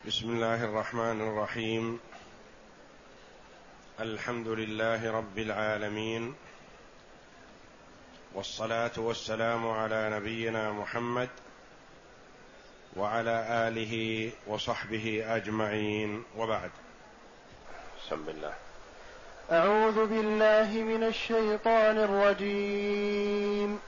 بسم الله الرحمن الرحيم. الحمد لله رب العالمين، والصلاة والسلام على نبينا محمد وعلى آله وصحبه أجمعين، وبعد. بسم الله. أعوذ بالله من الشيطان الرجيم.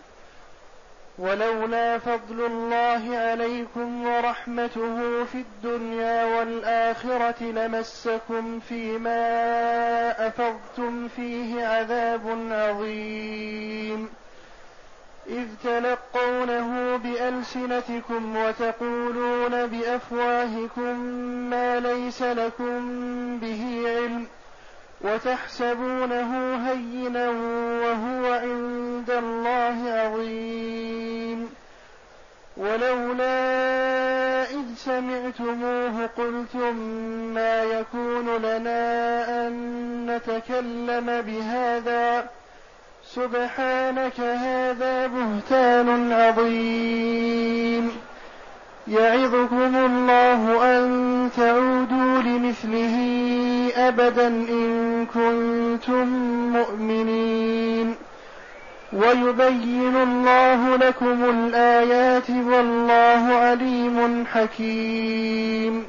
ولولا فضل الله عليكم ورحمته في الدنيا والآخرة لمسكم فيما أفضتم فيه عذاب عظيم، إذ تلقونه بألسنتكم وتقولون بأفواهكم ما ليس لكم به علم، وتحسبونه هينا وهو عند الله عظيم. ولولا إذ سمعتموه قلتم ما يكون لنا أن نتكلم بهذا، سبحانك هذا بهتان عظيم. يعظكم الله أن تعودوا لمثله أبدا إن كنتم مؤمنين، ويبين الله لكم الآيات والله عليم حكيم.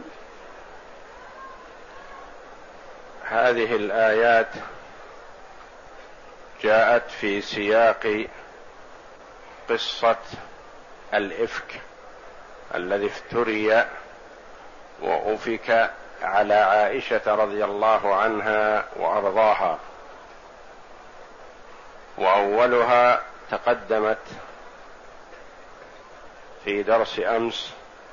هذه الآيات جاءت في سياق قصة الإفك الذي افتري وأفك على عائشة رضي الله عنها وأرضاها، وأولها تقدمت في درس أمس: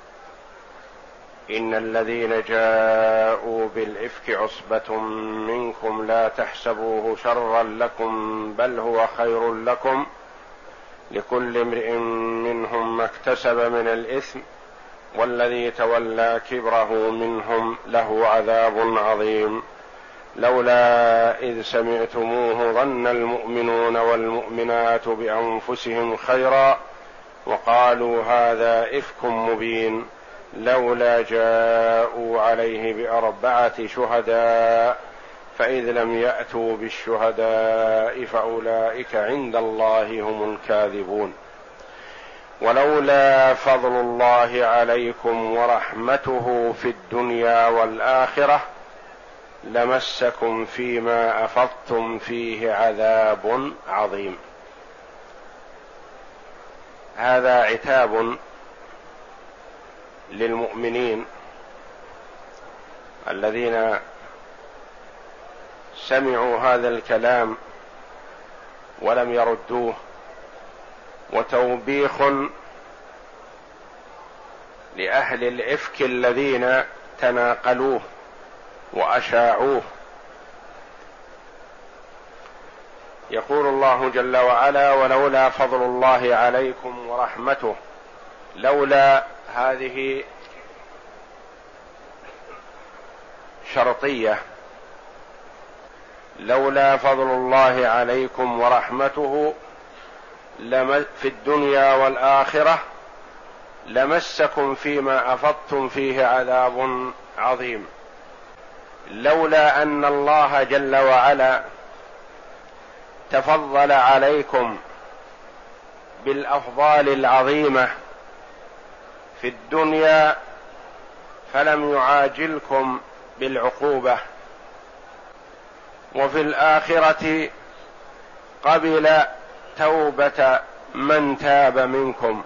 إن الذين جاءوا بالإفك عصبة منكم لا تحسبوه شرا لكم بل هو خير لكم، لكل امرئ منهم ما اكتسب من الإثم والذي تولى كبره منهم له عذاب عظيم. لولا إذ سمعتموه ظن المؤمنون والمؤمنات بأنفسهم خيرا وقالوا هذا إفك مبين، لولا جاءوا عليه بأربعة شهداء فإذ لم يأتوا بالشهداء فأولئك عند الله هم الكاذبون. ولولا فضل الله عليكم ورحمته في الدنيا والآخرة لمسكم فيما أفضتم فيه عذاب عظيم. هذا عتاب للمؤمنين الذين سمعوا هذا الكلام ولم يردوه، وتوبيخ لأهل الإفك الذين تناقلوه وأشاعوه. يقول الله جل وعلا: ولولا فضل الله عليكم ورحمته. لولا هذه شرطية، لولا فضل الله عليكم ورحمته في الدنيا والآخرة لمسكم فيما أفضتم فيه عذاب عظيم. لولا أن الله جل وعلا تفضل عليكم بالأفضال العظيمة في الدنيا فلم يعاجلكم بالعقوبة، وفي الآخرة قبل توبة من تاب منكم.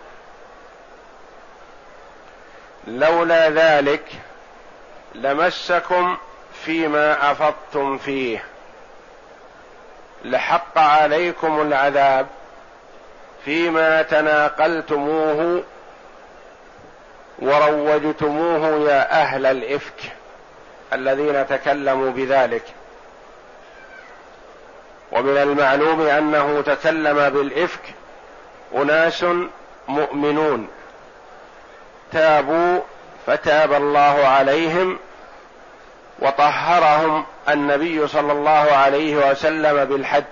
لولا ذلك لمسكم فيما أفضتم فيه، لحق عليكم العذاب فيما تناقلتموه وروجتموه يا أهل الإفك الذين تكلموا بذلك. ومن المعلوم أنه تكلم بالإفك أناس مؤمنون تابوا فتاب الله عليهم وطهرهم النبي صلى الله عليه وسلم بالحد،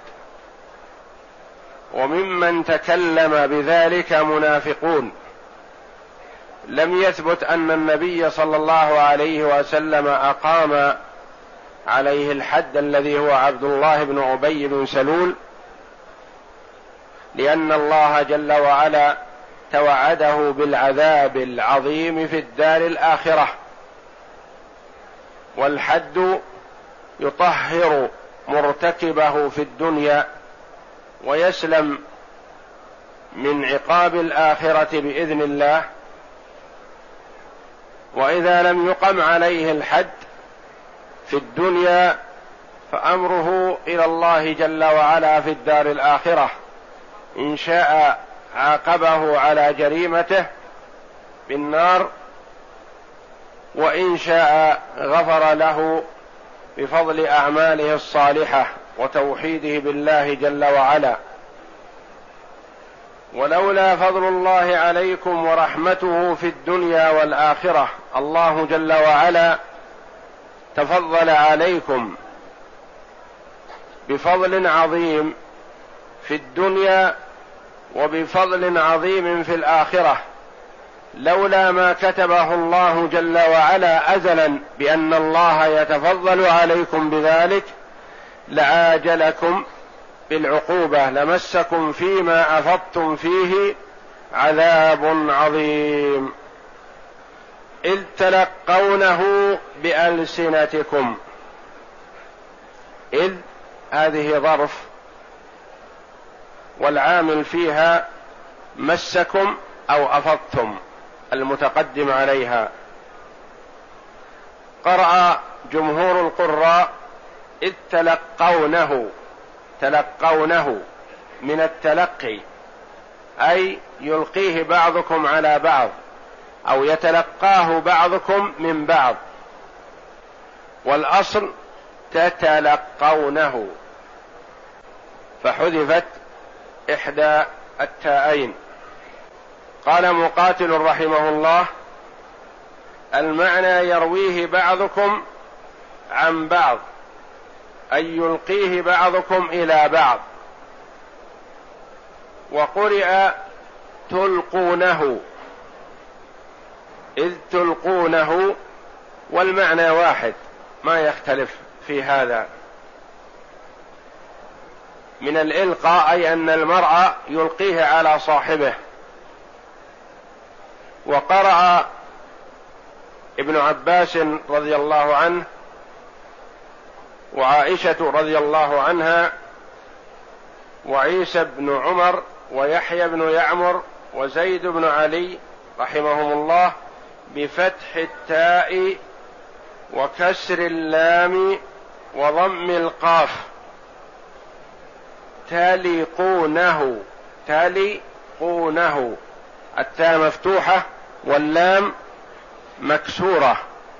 وممن تكلم بذلك منافقون لم يثبت أن النبي صلى الله عليه وسلم أقام عليه الحد الذي هو عبد الله بن أبي بن سلول، لأن الله جل وعلا توعده بالعذاب العظيم في الدار الآخرة، والحد يطهر مرتكبه في الدنيا ويسلم من عقاب الآخرة بإذن الله. وإذا لم يقم عليه الحد في الدنيا فأمره إلى الله جل وعلا في الدار الآخرة، إن شاء عاقبه على جريمته بالنار، وإن شاء غفر له بفضل أعماله الصالحة وتوحيده بالله جل وعلا. ولولا فضل الله عليكم ورحمته في الدنيا والآخرة، الله جل وعلا تفضل عليكم بفضل عظيم في الدنيا وبفضل عظيم في الآخرة، لولا ما كتبه الله جل وعلا أزلا بأن الله يتفضل عليكم بذلك لعاجلكم بالعقوبة، لمسكم فيما أفضتم فيه عذاب عظيم إذ تلقونه بألسنتكم. إذ هذه ظرف والعامل فيها مسكم أو أفضتم المتقدم عليها. قرأ جمهور القراء إذ تلقونه، تلقونه من التلقي، أي يلقيه بعضكم على بعض أو يتلقاه بعضكم من بعض، والأصل تتلقونه، فحذفت إحدى التاءين. قال مقاتل رحمه الله: المعنى يرويه بعضكم عن بعض، أي يلقيه بعضكم إلى بعض. وقرئ تلقونه، إذ تلقونه، والمعنى واحد ما يختلف في هذا من الإلقاء، أي أن المرء يلقيه على صاحبه. وقرأ ابن عباس رضي الله عنه وعائشة رضي الله عنها وعيسى بن عمر ويحيى بن يعمر وزيد بن علي رحمهم الله بفتح التاء وكسر اللام وضم القاف، تلقونه، تلقونه، التاء مفتوحة واللام مكسورة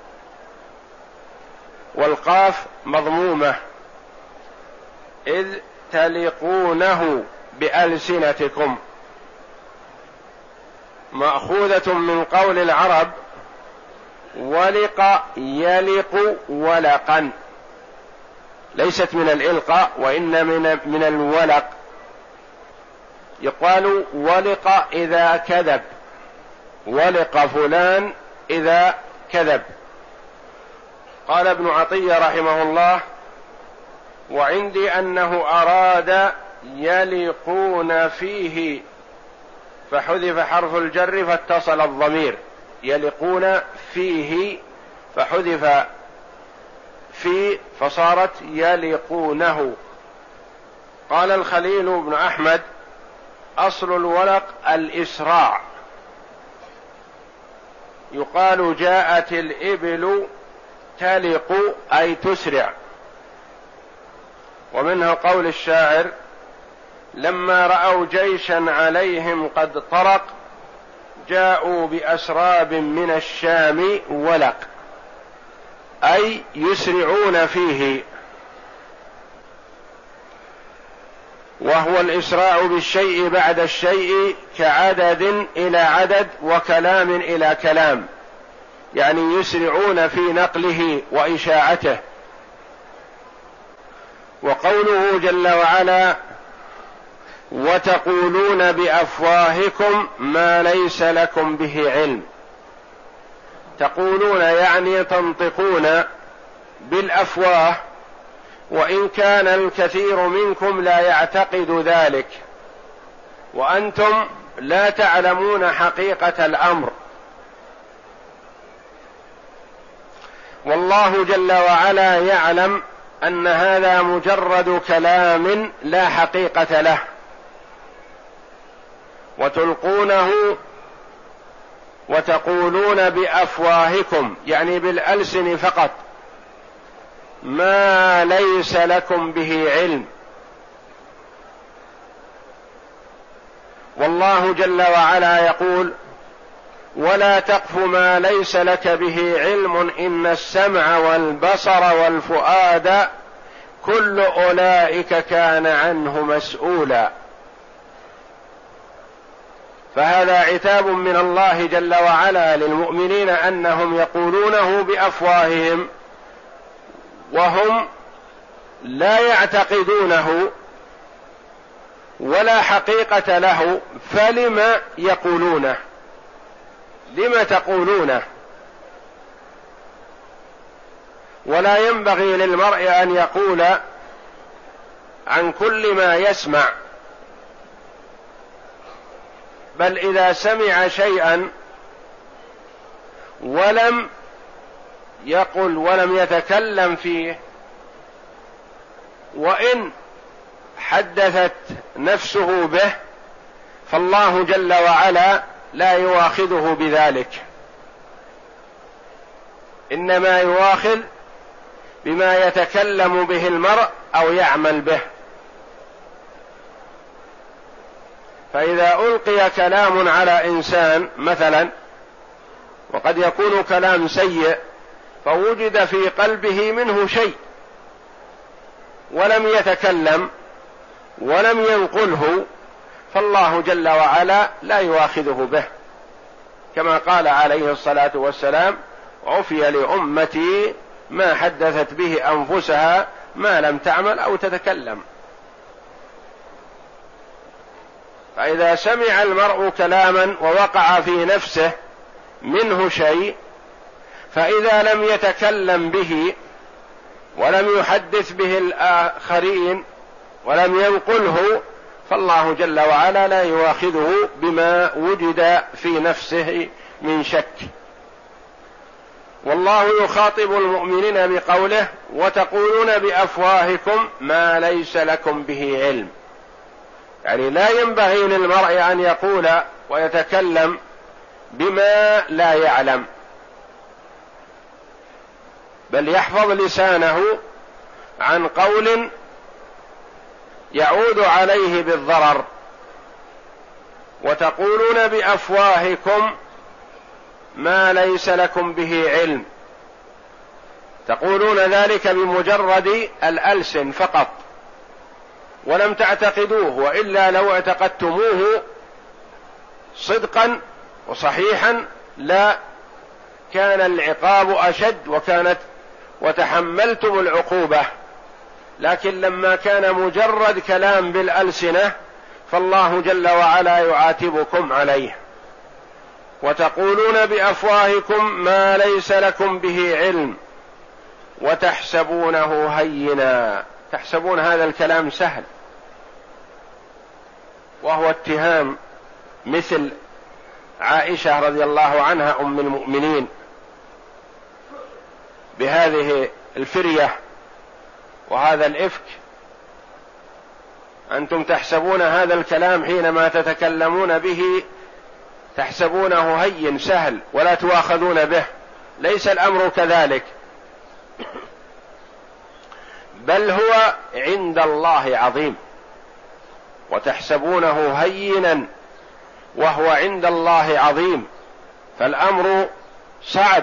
والقاف مضمومة. إذ تلقونه بألسنتكم، مأخوذة من قول العرب ولق يلق ولقا، ليست من الإلقاء وإن من الولق. يقال ولق إذا كذب، ولق فلان إذا كذب. قال ابن عطية رحمه الله: وعندي أنه أراد يلقون فيه فحذف حرف الجر فاتصل الضمير، يلقون فيه فحذف في فصارت يلقونه. قال الخليل بن أحمد: أصل الولق الإسراع، يقال جاءت الإبل تلق أي تسرع. ومنه قول الشاعر: لما رأوا جيشا عليهم قد طرق جاءوا بأسراب من الشام ولق، أي يسرعون فيه. وهو الإسراع بالشيء بعد الشيء كعدد إلى عدد وكلام إلى كلام، يعني يسرعون في نقله وإشاعته. وقوله جل وعلا: وتقولون بأفواهكم ما ليس لكم به علم، تقولون يعني تنطقون بالأفواه، وإن كان الكثير منكم لا يعتقد ذلك، وأنتم لا تعلمون حقيقة الأمر. والله جل وعلا يعلم أن هذا مجرد كلام لا حقيقة له، وتلقونه وتقولون بأفواهكم يعني بالألسن فقط ما ليس لكم به علم. والله جل وعلا يقول: ولا تقف ما ليس لك به علم إن السمع والبصر والفؤاد كل أولئك كان عنه مسؤولا. فهذا عتاب من الله جل وعلا للمؤمنين أنهم يقولونه بأفواههم وهم لا يعتقدونه ولا حقيقة له، فلم يقولونه؟ لم تقولونه؟ ولا ينبغي للمرء أن يقول عن كل ما يسمع، بل إذا سمع شيئا ولم يقل ولم يتكلم فيه، وإن حدثت نفسه به، فالله جل وعلا لا يؤاخذه بذلك، إنما يؤاخذ بما يتكلم به المرء أو يعمل به. فإذا ألقي كلام على إنسان مثلا، وقد يكون كلام سيء، فوجد في قلبه منه شيء ولم يتكلم ولم ينقله، فالله جل وعلا لا يؤاخذه به، كما قال عليه الصلاة والسلام: عفي لأمتي ما حدثت به أنفسها ما لم تعمل أو تتكلم. فإذا سمع المرء كلاما ووقع في نفسه منه شيء، فإذا لم يتكلم به ولم يحدث به الآخرين ولم ينقله، فالله جل وعلا لا يؤاخذه بما وجد في نفسه من شك. والله يخاطب المؤمنين بقوله: وتقولون بأفواهكم ما ليس لكم به علم. يعني لا ينبغي للمرء أن يقول ويتكلم بما لا يعلم، بل يحفظ لسانه عن قول يعود عليه بالضرر. وتقولون بأفواهكم ما ليس لكم به علم، تقولون ذلك بمجرد الألسن فقط ولم تعتقدوه، وإلا لو اعتقدتموه صدقا وصحيحا لا كان العقاب أشد وتحملتم العقوبة، لكن لما كان مجرد كلام بالألسنة فالله جل وعلا يعاتبكم عليه. وتقولون بأفواهكم ما ليس لكم به علم وتحسبونه هينا. تحسبون هذا الكلام سهل، وهو اتهام مثل عائشة رضي الله عنها أم المؤمنين بهذه الفرية وهذا الإفك: أنتم تحسبون هذا الكلام حينما تتكلمون به تحسبونه هين سهل ولا تؤاخذون به، ليس الأمر كذلك، بل هو عند الله عظيم. وتحسبونه هينا وهو عند الله عظيم، فالأمر صعب.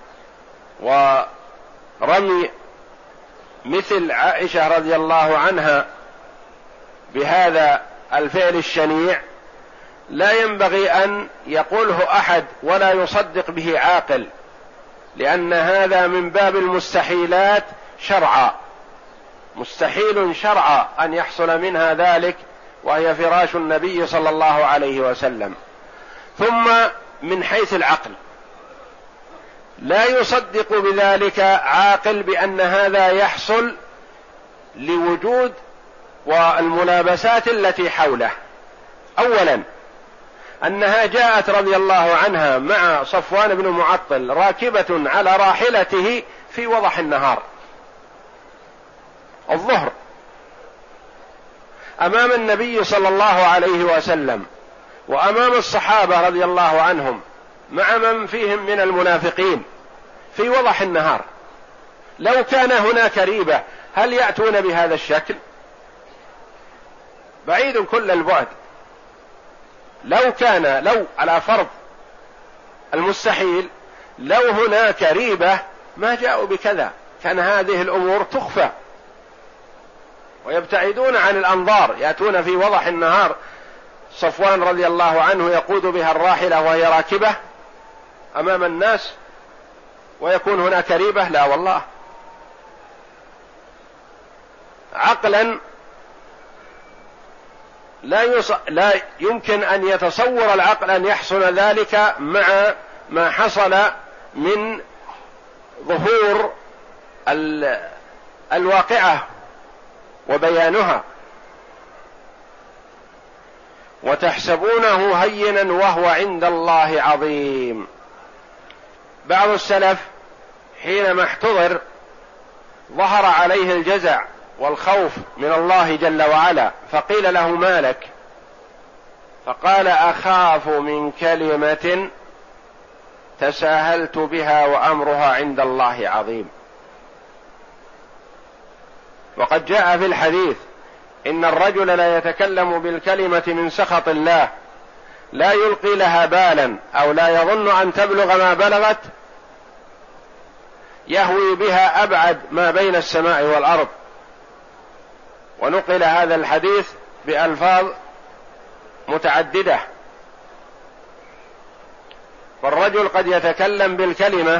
ورمي مثل عائشة رضي الله عنها بهذا الفعل الشنيع لا ينبغي أن يقوله أحد ولا يصدق به عاقل، لأن هذا من باب المستحيلات شرعا، مستحيل شرعا أن يحصل منها ذلك، وهي فراش النبي صلى الله عليه وسلم. ثم من حيث العقل، لا يصدق بذلك عاقل بأن هذا يحصل لوجود والملابسات التي حوله. أولا أنها جاءت رضي الله عنها مع صفوان بن معطل راكبة على راحلته في وضح النهار الظهر أمام النبي صلى الله عليه وسلم وأمام الصحابة رضي الله عنهم مع من فيهم من المنافقين في وضح النهار. لو كان هناك ريبة هل يأتون بهذا الشكل؟ بعيد كل البعد. لو على فرض المستحيل، لو هناك ريبة ما جاءوا بكذا، كان هذه الأمور تخفى ويبتعدون عن الأنظار، يأتون في وضح النهار. صفوان رضي الله عنه يقود بها الراحلة وهي راكبة أمام الناس ويكون هناك ريبة؟ لا والله. عقلا لا يمكن أن يتصور العقل أن يحصل ذلك مع ما حصل من ظهور الواقعة وبيانها. وتحسبونه هينا وهو عند الله عظيم. بعض السلف حينما احتضر ظهر عليه الجزع والخوف من الله جل وعلا، فقيل له ما لك؟ فقال أخاف من كلمة تساهلت بها وأمرها عند الله عظيم. وقد جاء في الحديث إن الرجل لا يتكلم بالكلمة من سخط الله لا يلقي لها بالا أو لا يظن أن تبلغ ما بلغت يهوي بها أبعد ما بين السماء والأرض. ونقل هذا الحديث بألفاظ متعددة. فالرجل قد يتكلم بالكلمة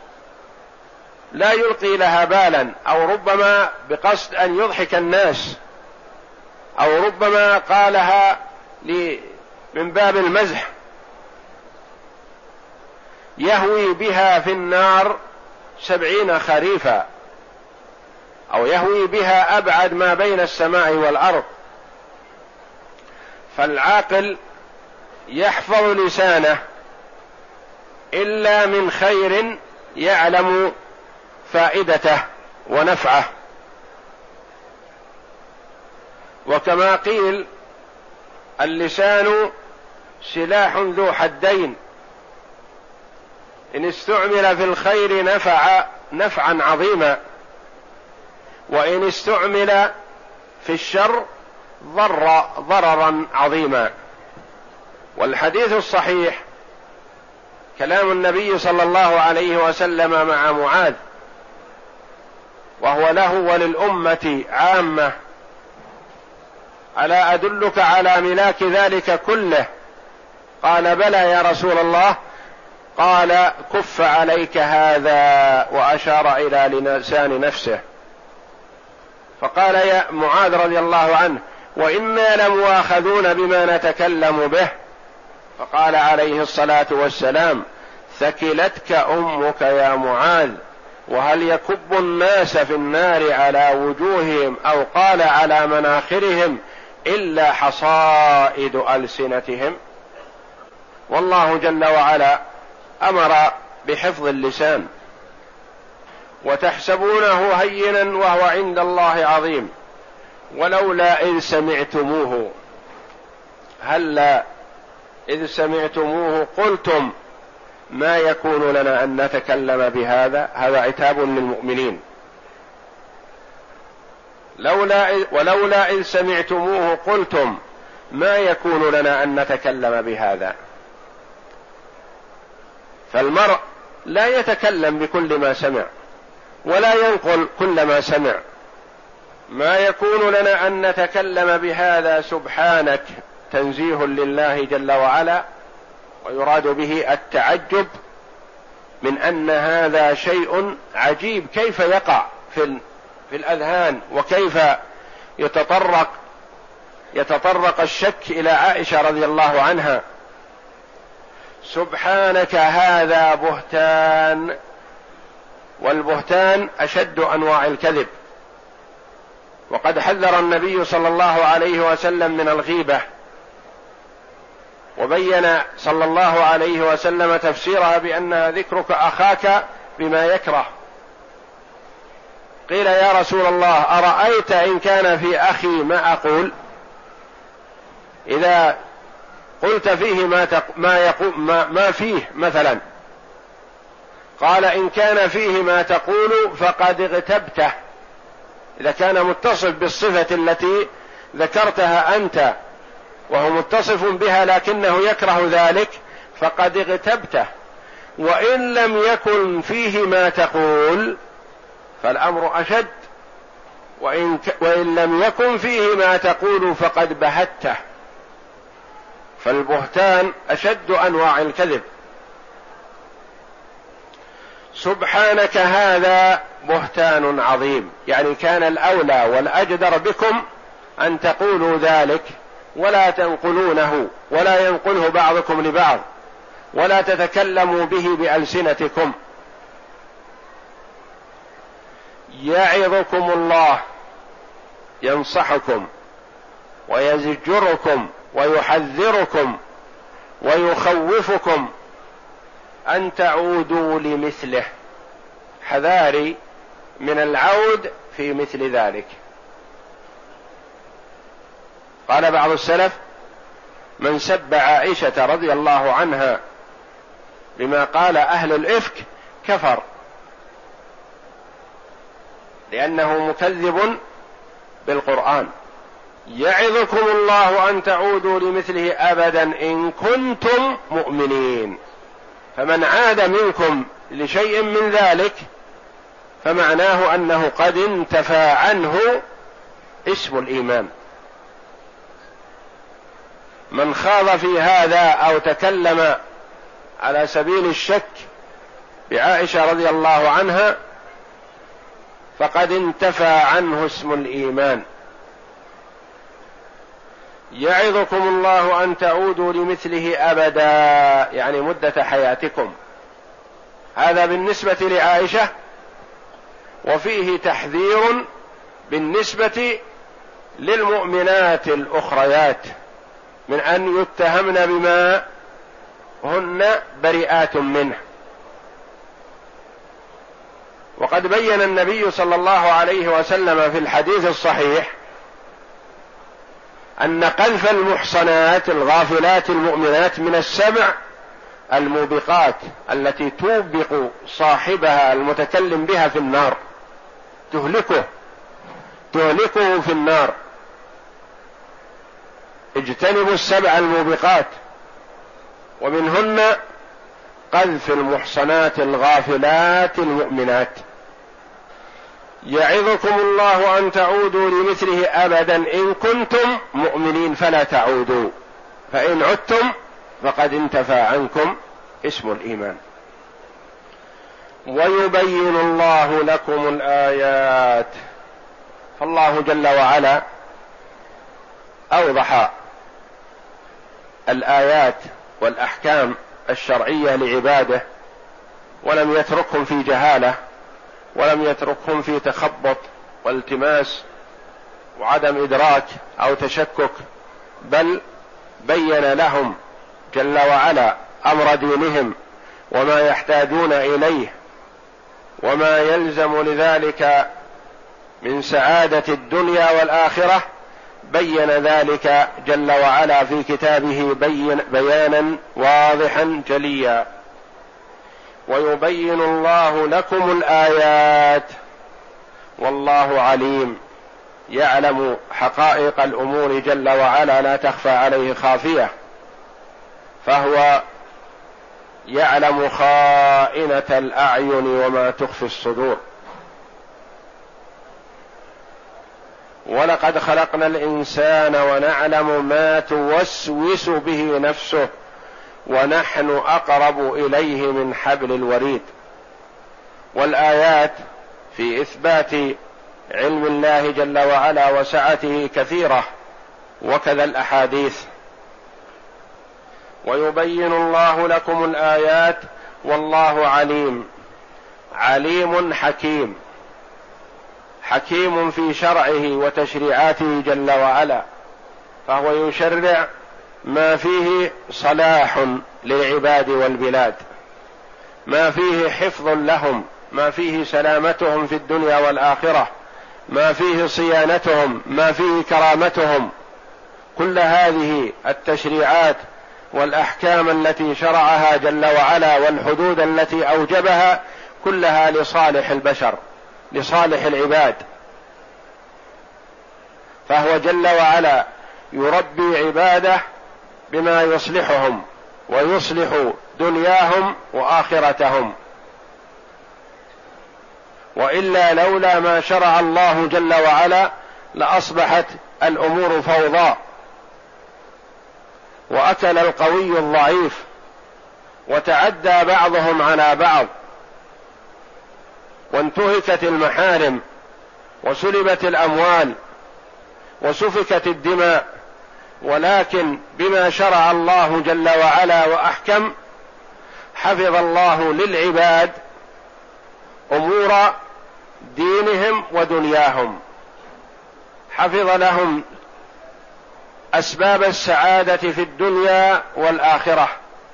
لا يلقي لها بالا، أو ربما بقصد أن يضحك الناس، أو ربما قالها من باب المزح، يهوي بها في النار 70 خريفا، أو يهوي بها أبعد ما بين السماء والأرض. فالعاقل يحفظ لسانه إلا من خير يعلم فائدته ونفعه. وكما قيل اللسان سلاح ذو حدين، إن استعمل في الخير نفع نفعا عظيما، وإن استعمل في الشر ضر ضررا عظيما. والحديث الصحيح كلام النبي صلى الله عليه وسلم مع معاذ، وهو له وللأمة عامة: ألا أدلك على ملاك ذلك كله؟ قال: بلى يا رسول الله. قال: كف عليك هذا، وأشار إلى لسان نفسه. فقال يا معاذ رضي الله عنه: وإنا لمؤاخذون بما نتكلم به. فقال عليه الصلاة والسلام: ثكلتك أمك يا معاذ، وهل يكب الناس في النار على وجوههم أو قال على مناخرهم إلا حصائد ألسنتهم؟ والله جل وعلا أمر بحفظ اللسان. وتحسبونه هينا وهو عند الله عظيم، ولولا إذ سمعتموه، هلا إذ سمعتموه قلتم ما يكون لنا أن نتكلم بهذا. هذا عتاب للمؤمنين. ولولا إذ سمعتموه قلتم ما يكون لنا أن نتكلم بهذا. فالمرء لا يتكلم بكل ما سمع ولا ينقل كل ما سمع. ما يكون لنا أن نتكلم بهذا سبحانك، تنزيه لله جل وعلا، ويراد به التعجب من أن هذا شيء عجيب، كيف يقع في الأذهان، وكيف يتطرق الشك إلى عائشة رضي الله عنها. سبحانك هذا بهتان. والبهتان أشد أنواع الكذب، وقد حذر النبي صلى الله عليه وسلم من الغيبة، وبين صلى الله عليه وسلم تفسيرها بأنها ذكرك أخاك بما يكره. قيل يا رسول الله أرأيت إن كان في أخي ما أقول؟ إذا قلت فيه ما فيه مثلا، قال إن كان فيه ما تقول فقد اغتبته. إذا كان متصف بالصفة التي ذكرتها أنت وهو متصف بها لكنه يكره ذلك فقد اغتبته. وإن لم يكن فيه ما تقول فالأمر أشد، وإن لم يكن فيه ما تقول فقد بهته. فالبهتان أشد أنواع الكذب. سبحانك هذا بهتان عظيم، يعني كان الأولى والأجدر بكم أن تقولوا ذلك ولا تنقلونه، ولا ينقله بعضكم لبعض، ولا تتكلموا به بألسنتكم. يعظكم الله، ينصحكم ويزجركم ويحذركم ويخوفكم أن تعودوا لمثله. حذاري من العود في مثل ذلك. قال بعض السلف: من سب عائشة رضي الله عنها بما قال أهل الإفك كفر، لأنه مكذب بالقرآن. يعظكم الله أن تعودوا لمثله أبدا إن كنتم مؤمنين. فمن عاد منكم لشيء من ذلك فمعناه أنه قد انتفى عنه اسم الإيمان. من خاض في هذا أو تكلم على سبيل الشك بعائشة رضي الله عنها فقد انتفى عنه اسم الإيمان. يعظكم الله أن تعودوا لمثله أبدا، يعني مدة حياتكم. هذا بالنسبة لعائشة، وفيه تحذير بالنسبة للمؤمنات الأخريات من أن يتهمن بما هن بريئات منه. وقد بين النبي صلى الله عليه وسلم في الحديث الصحيح أن قذف المحصنات الغافلات المؤمنات من السبع الموبقات التي توبق صاحبها المتكلم بها في النار، تهلكه في النار. اجتنبوا السبع الموبقات، ومنهن قذف المحصنات الغافلات المؤمنات. يعظكم الله أن تعودوا لمثله أبدا إن كنتم مؤمنين فلا تعودوا، فإن عدتم فقد انتفى عنكم اسم الإيمان. ويبين الله لكم الآيات. فالله جل وعلا أوضح الآيات والأحكام الشرعية لعباده، ولم يتركهم في جهالة، ولم يتركهم في تخبط والتماس وعدم إدراك أو تشكك، بل بين لهم جل وعلا أمر دينهم وما يحتاجون إليه وما يلزم لذلك من سعادة الدنيا والآخرة. بين ذلك جل وعلا في كتابه بيانا واضحا جليا. ويبين الله لكم الآيات والله عليم، يعلم حقائق الأمور جل وعلا لا تخفى عليه خافية، فهو يعلم خائنة الأعين وما تخفي الصدور. ولقد خلقنا الإنسان ونعلم ما توسوس به نفسه ونحن أقرب إليه من حبل الوريد. والآيات في إثبات علم الله جل وعلا وسعته كثيرة، وكذا الأحاديث. ويبين الله لكم الآيات والله عليم حكيم، حكيم في شرعه وتشريعاته جل وعلا، فهو يشرع ما فيه صلاح للعباد والبلاد، ما فيه حفظ لهم، ما فيه سلامتهم في الدنيا والآخرة، ما فيه صيانتهم، ما فيه كرامتهم. كل هذه التشريعات والأحكام التي شرعها جل وعلا والحدود التي أوجبها كلها لصالح البشر، لصالح العباد. فهو جل وعلا يربي عباده بما يصلحهم ويصلح دنياهم وآخرتهم، وإلا لولا ما شرع الله جل وعلا لأصبحت الأمور فوضى، وأكل القوي الضعيف، وتعدى بعضهم على بعض، وانتهكت المحارم، وسلبت الأموال، وسفكت الدماء. ولكن بما شرع الله جل وعلا وأحكم حفظ الله للعباد أمور دينهم ودنياهم، حفظ لهم أسباب السعادة في الدنيا والآخرة.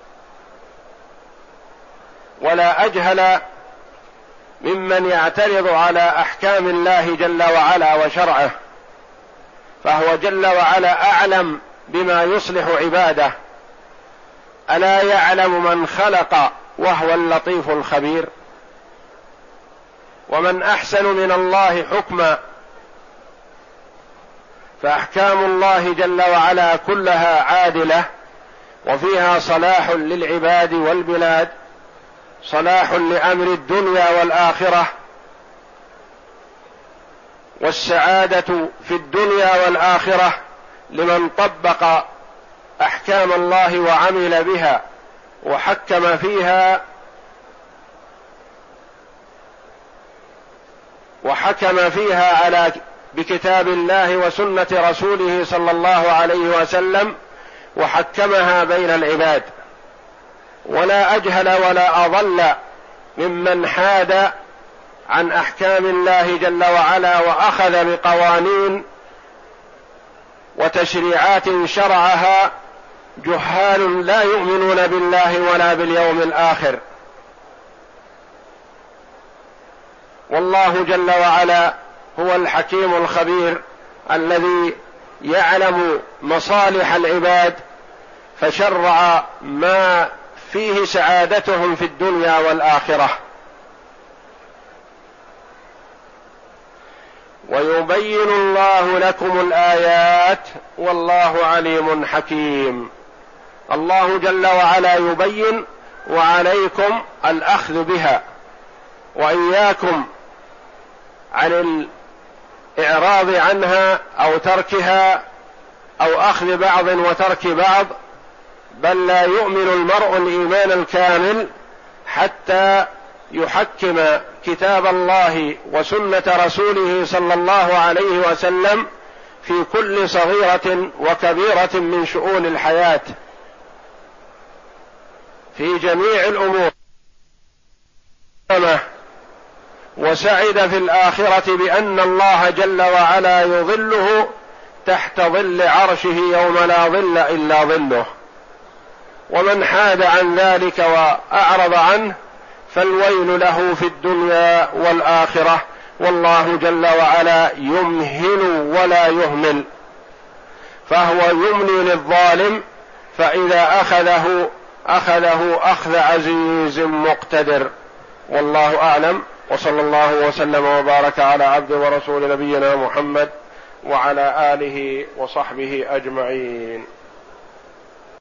ولا أجهل ممن يعترض على أحكام الله جل وعلا وشرعه، فهو جل وعلا أعلم بما يصلح عباده. ألا يعلم من خلق وهو اللطيف الخبير؟ ومن أحسن من الله حكما؟ فأحكام الله جل وعلا كلها عادلة، وفيها صلاح للعباد والبلاد، صلاح لأمر الدنيا والآخرة، والسعادة في الدنيا والآخرة لمن طبق أحكام الله وعمل بها وحكم فيها على بكتاب الله وسنة رسوله صلى الله عليه وسلم، وحكمها بين العباد. ولا أجهل ولا أضل ممن حاد عن أحكام الله جل وعلا وأخذ بقوانين وتشريعات شرعها جهال لا يؤمنون بالله ولا باليوم الآخر. والله جل وعلا هو الحكيم الخبير الذي يعلم مصالح العباد، فشرع ما فيه سعادتهم في الدنيا والآخرة. ويبين الله لكم الآيات والله عليم حكيم. الله جل وعلا يبين، وعليكم الأخذ بها، وإياكم عن الإعراض عنها أو تركها أو أخذ بعض وترك بعض. بل لا يؤمن المرء الإيمان الكامل حتى يحكم كتاب الله وسنة رسوله صلى الله عليه وسلم في كل صغيرة وكبيرة من شؤون الحياة، في جميع الأمور، وسعد في الآخرة بأن الله جل وعلا يظله تحت ظل عرشه يوم لا ظل إلا ظله. ومن حاد عن ذلك وأعرض عنه فالويل له في الدنيا والآخرة. والله جل وعلا يمهل ولا يهمل، فهو يملي للظالم، فإذا أخذه أخذ عزيز مقتدر. والله أعلم، وصلى الله وسلم وبارك على عبد ورسول نبينا محمد وعلى آله وصحبه أجمعين.